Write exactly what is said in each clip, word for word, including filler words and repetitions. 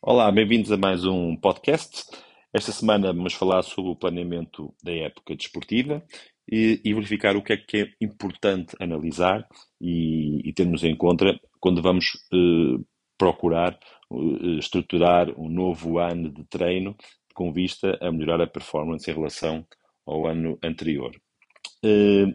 Olá, bem-vindos a mais um podcast. Esta semana vamos falar sobre o planeamento da época desportiva e, e verificar o que é que é importante analisar e, e termos em conta quando vamos eh, procurar eh, estruturar um novo ano de treino com vista a melhorar a performance em relação ao ano anterior. Eh,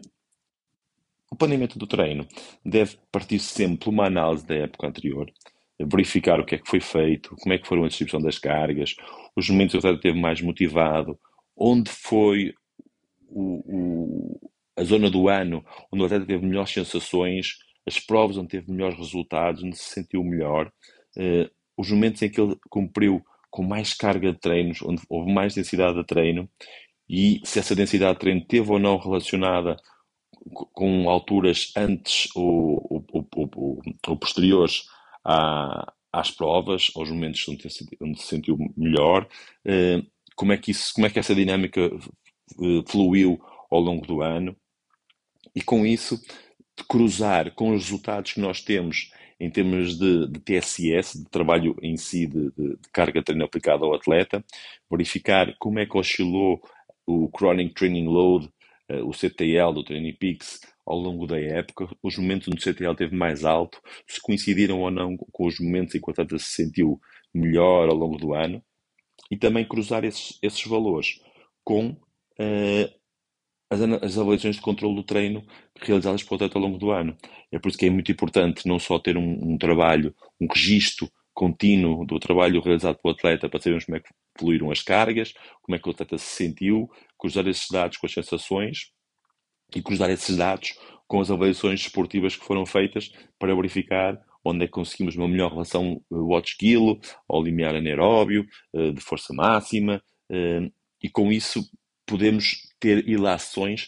o planeamento do treino deve partir sempre de uma análise da época anterior, verificar o que é que foi feito, como é que foram a distribuição das cargas, os momentos que o atleta esteve mais motivado, onde foi o, o- a zona do ano onde o atleta teve melhores sensações, as provas onde teve melhores resultados, onde se sentiu melhor, eh, os momentos em que ele cumpriu com mais carga de treinos, onde houve mais densidade de treino, e se essa densidade de treino teve ou não relacionada com alturas antes ou, ou, ou, ou, ou posteriores à, às provas, aos momentos onde se, onde se sentiu melhor, eh, como é que isso, como é que essa dinâmica eh, fluiu ao longo do ano, e com isso de cruzar com os resultados que nós temos em termos de, de T S S, de trabalho em si, de, de, de carga de treino aplicada ao atleta, verificar como é que oscilou o Chronic Training Load, eh, o C T L do Training Peaks, ao longo da época, os momentos onde o C T L esteve mais alto, se coincidiram ou não com os momentos em que o atleta se sentiu melhor ao longo do ano, e também cruzar esses, esses valores com eh, as, as avaliações de controle do treino realizadas pelo atleta ao longo do ano. É por isso que é muito importante não só ter um, um trabalho, um registro contínuo do trabalho realizado pelo atleta para sabermos como é que fluíram as cargas, como é que o atleta se sentiu, cruzar esses dados com as sensações e cruzar esses dados com as avaliações desportivas que foram feitas para verificar onde é que conseguimos uma melhor relação watch-kilo ao limiar anaeróbio, de força máxima, e com isso podemos ter ilações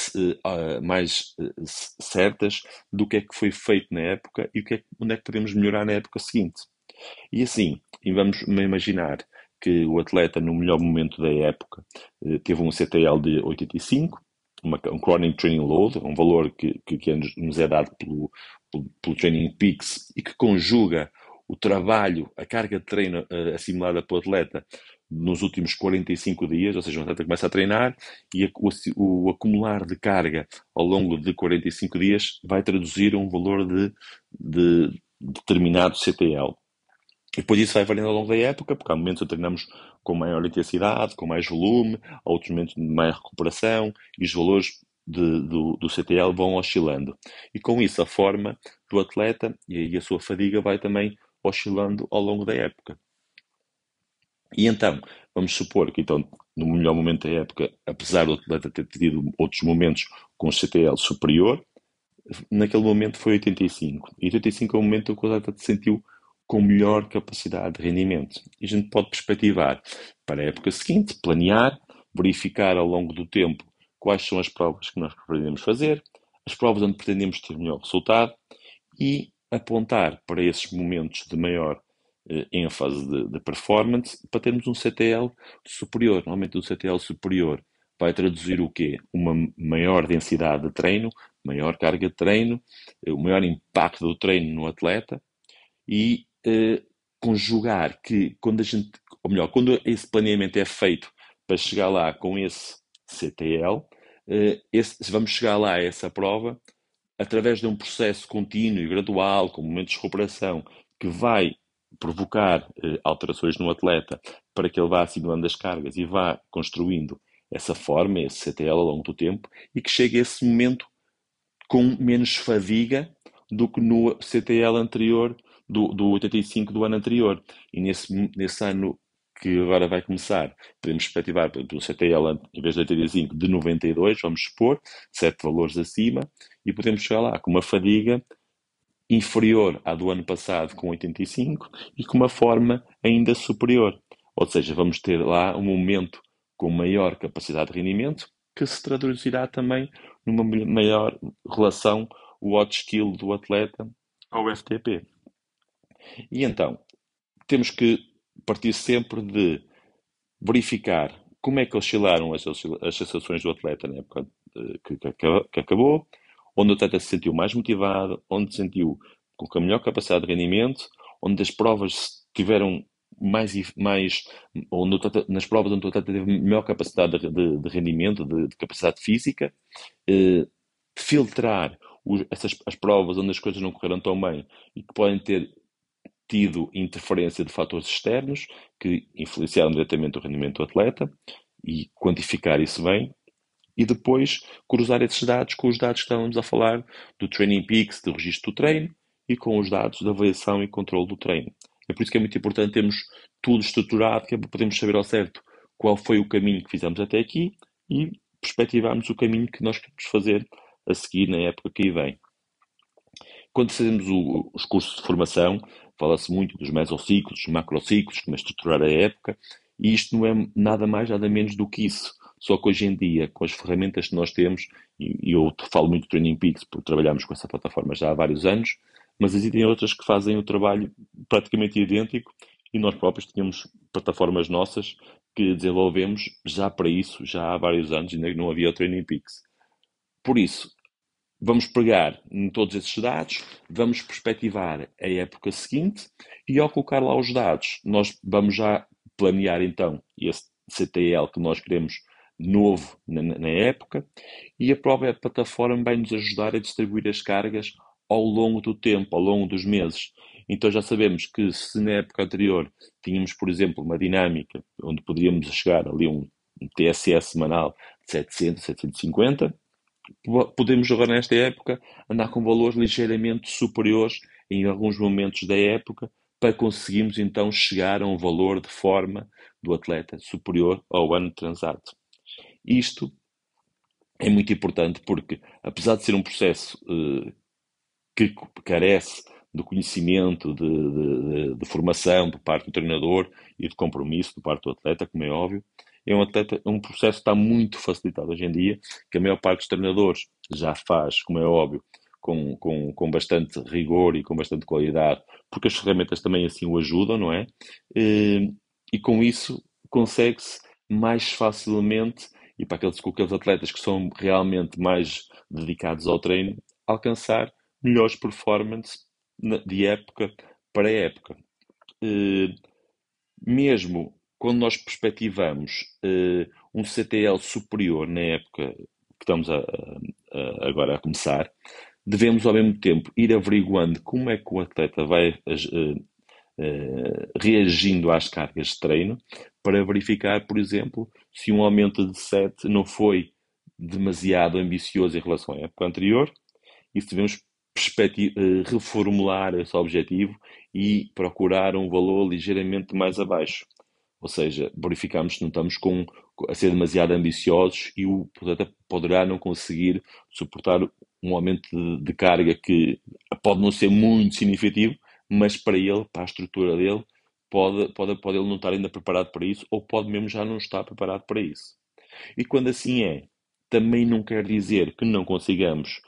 mais certas do que é que foi feito na época e o que é, onde é que podemos melhorar na época seguinte. E assim, e vamos imaginar que o atleta, no melhor momento da época, teve um C T L de oitenta e cinco, uma, um Chronic Training Load, um valor que, que, que nos é dado pelo, pelo, pelo Training Peaks e que conjuga o trabalho, a carga de treino uh, assimilada pelo atleta nos últimos quarenta e cinco dias, ou seja, o atleta começa a treinar e a, o, o, acumular de carga ao longo de quarenta e cinco dias vai traduzir um valor de, de determinado C T L. E depois isso vai variando ao longo da época, porque há momentos em que treinamos com maior intensidade, com mais volume, há outros momentos de maior recuperação, e os valores de, do, do C T L vão oscilando. E com isso a forma do atleta e aí a sua fadiga vai também oscilando ao longo da época. E então, vamos supor que então, no melhor momento da época, apesar do atleta ter tido outros momentos com o C T L superior, naquele momento foi oitenta e cinco. E oitenta e cinco é o momento em que o atleta se sentiu com melhor capacidade de rendimento. E a gente pode perspectivar para a época seguinte, planear, verificar ao longo do tempo quais são as provas que nós pretendemos fazer, as provas onde pretendemos ter melhor resultado e apontar para esses momentos de maior eh, ênfase de, de performance para termos um C T L superior. Normalmente o C T L superior vai traduzir o quê? Uma maior densidade de treino, maior carga de treino, eh, o maior impacto do treino no atleta e eh, conjugar que quando a gente, ou melhor, quando esse planeamento é feito para chegar lá com esse C T L, eh, esse, vamos chegar lá a essa prova através de um processo contínuo e gradual, com momentos de recuperação, que vai provocar eh, alterações no atleta para que ele vá assimilando as cargas e vá construindo essa forma, esse C T L ao longo do tempo, e que chegue a esse momento com menos fadiga do que no C T L anterior, do, do oitenta e cinco do ano anterior. E nesse, nesse ano que agora vai começar, podemos perspectivar pelo C T L, em vez de oitenta e cinco, de noventa e dois, vamos supor, sete valores acima, e podemos chegar lá com uma fadiga inferior à do ano passado, com oitenta e cinco, e com uma forma ainda superior. Ou seja, vamos ter lá um momento com maior capacidade de rendimento, que se traduzirá também numa maior relação watch skill do atleta ao F T P. E então, temos que partir sempre de verificar como é que oscilaram as, as sensações do atleta na época que, que, que acabou, onde o atleta se sentiu mais motivado, onde se sentiu com a melhor capacidade de rendimento, onde as provas tiveram mais, mais onde o atleta- nas provas onde o atleta teve melhor capacidade de, de- de rendimento, de, de capacidade física, eh, filtrar os- essas, as provas onde as coisas não correram tão bem e que podem ter tido interferência de fatores externos que influenciaram diretamente o rendimento do atleta e quantificar isso bem e depois cruzar esses dados com os dados que estávamos a falar do Training Peaks, do registro do treino e com os dados da avaliação e controle do treino. É por isso que é muito importante termos tudo estruturado, que é para podermos saber ao certo qual foi o caminho que fizemos até aqui e perspectivarmos o caminho que nós queremos fazer a seguir na época que aí vem. Quando fazemos o- os cursos de formação, fala-se muito dos mesociclos, dos macrociclos, como é estruturar a época, e isto não é nada mais, nada menos do que isso. Só que hoje em dia, com as ferramentas que nós temos, e e eu te falo muito do Training Peaks, porque trabalhamos com essa plataforma já há vários anos, mas existem outras que fazem o trabalho praticamente idêntico, e nós próprios tínhamos plataformas nossas que desenvolvemos já para isso, já há vários anos, ainda não havia o Training Peaks. Por isso, vamos pegar em todos esses dados, vamos perspectivar a época seguinte e ao colocar lá os dados, nós vamos já planear então esse C T L que nós queremos novo na, na época e a própria plataforma vai nos ajudar a distribuir as cargas ao longo do tempo, ao longo dos meses. Então já sabemos que se na época anterior tínhamos, por exemplo, uma dinâmica onde poderíamos chegar ali a um T S S semanal de setecentos, setecentos e cinquenta, podemos agora nesta época andar com valores ligeiramente superiores em alguns momentos da época para conseguirmos então chegar a um valor de forma do atleta superior ao ano transato. Isto é muito importante porque, apesar de ser um processo eh, que carece do conhecimento, de, de, de, formação por parte do treinador e de compromisso por parte do atleta, como é óbvio, é um, atleta, um processo que está muito facilitado hoje em dia, que a maior parte dos treinadores já faz, como é óbvio, com, com, com bastante rigor e com bastante qualidade, porque as ferramentas também assim o ajudam, não é? E, e com isso consegue-se mais facilmente, e para aqueles, com aqueles atletas que são realmente mais dedicados ao treino, alcançar melhores performances de época para época. Uh, mesmo quando nós perspectivamos uh, um C T L superior na época que estamos a, a, agora a começar, devemos ao mesmo tempo ir averiguando como é que o atleta vai uh, uh, reagindo às cargas de treino para verificar, por exemplo, se um aumento de sete não foi demasiado ambicioso em relação à época anterior e se devemos reformular esse objetivo e procurar um valor ligeiramente mais abaixo. Ou seja, verificamos se não estamos com, a ser demasiado ambiciosos e o atleta poderá não conseguir suportar um aumento de, de carga que pode não ser muito significativo, mas para ele, para a estrutura dele, pode, pode, pode ele não estar ainda preparado para isso ou pode mesmo já não estar preparado para isso. E quando assim é, também não quer dizer que não consigamos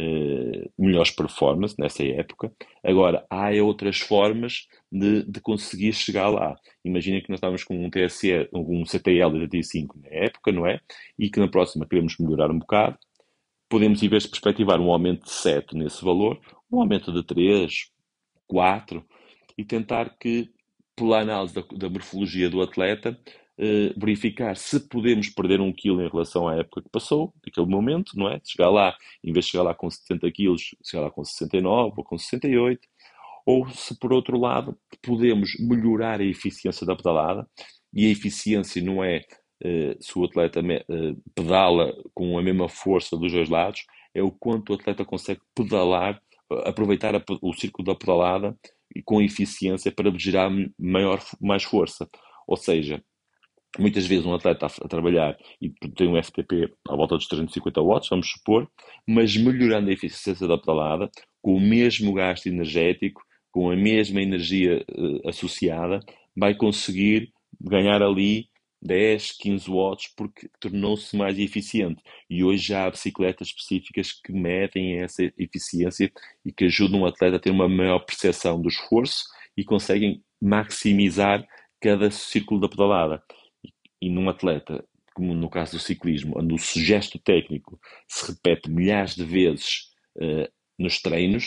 uh, melhores performances nessa época. Agora, há outras formas de, de conseguir chegar lá. Imagina que nós estávamos com um T S E, um C T L de oitenta e cinco na época, não é? E que na próxima queremos melhorar um bocado. Podemos, em vez de perspectivar um aumento de sete nesse valor, um aumento de três, quatro, e tentar que, pela análise da, da morfologia do atleta, eh, verificar se podemos perder um quilo em relação à época que passou, naquele momento, não é? Chegar lá, em vez de chegar lá com setenta quilos, chegar lá com sessenta e nove ou com sessenta e oito, ou se, por outro lado, podemos melhorar a eficiência da pedalada, e a eficiência não é eh, se o atleta eh, pedala com a mesma força dos dois lados, é o quanto o atleta consegue pedalar, aproveitar a, o círculo da pedalada e com eficiência para gerar maior, mais força. Ou seja, muitas vezes um atleta a, a trabalhar e tem um F T P à volta dos trezentos e cinquenta watts, vamos supor, mas melhorando a eficiência da pedalada, com o mesmo gasto energético, com a mesma energia uh, associada, vai conseguir ganhar ali dez, quinze watts porque tornou-se mais eficiente. E hoje já há bicicletas específicas que medem essa eficiência e que ajudam o atleta a ter uma maior percepção do esforço e conseguem maximizar cada círculo da pedalada. E num atleta, como no caso do ciclismo, onde o gesto técnico se repete milhares de vezes uh, nos treinos,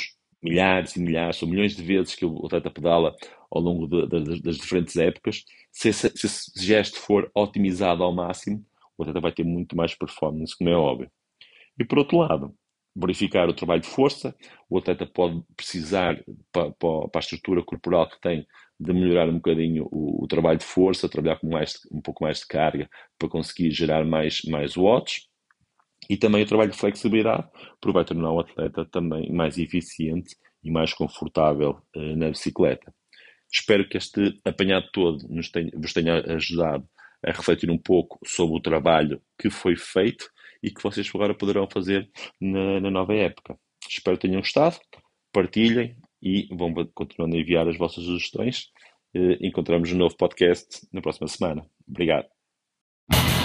milhares e milhares, ou milhões de vezes que o atleta pedala ao longo de, de, das diferentes épocas, se esse, se esse gesto for otimizado ao máximo, o atleta vai ter muito mais performance, como é óbvio. E por outro lado, verificar o trabalho de força, o atleta pode precisar, para, para a estrutura corporal que tem, de melhorar um bocadinho o, o trabalho de força, trabalhar com mais, um pouco mais de carga para conseguir gerar mais, mais watts. E também o trabalho de flexibilidade, porque vai tornar o atleta também mais eficiente e mais confortável uh, na bicicleta. Espero que este apanhado todo nos tenha, vos tenha ajudado a refletir um pouco sobre o trabalho que foi feito e que vocês agora poderão fazer na, na nova época. Espero que tenham gostado, partilhem e vão continuando a enviar as vossas sugestões. Uh, encontramos um novo podcast na próxima semana. Obrigado.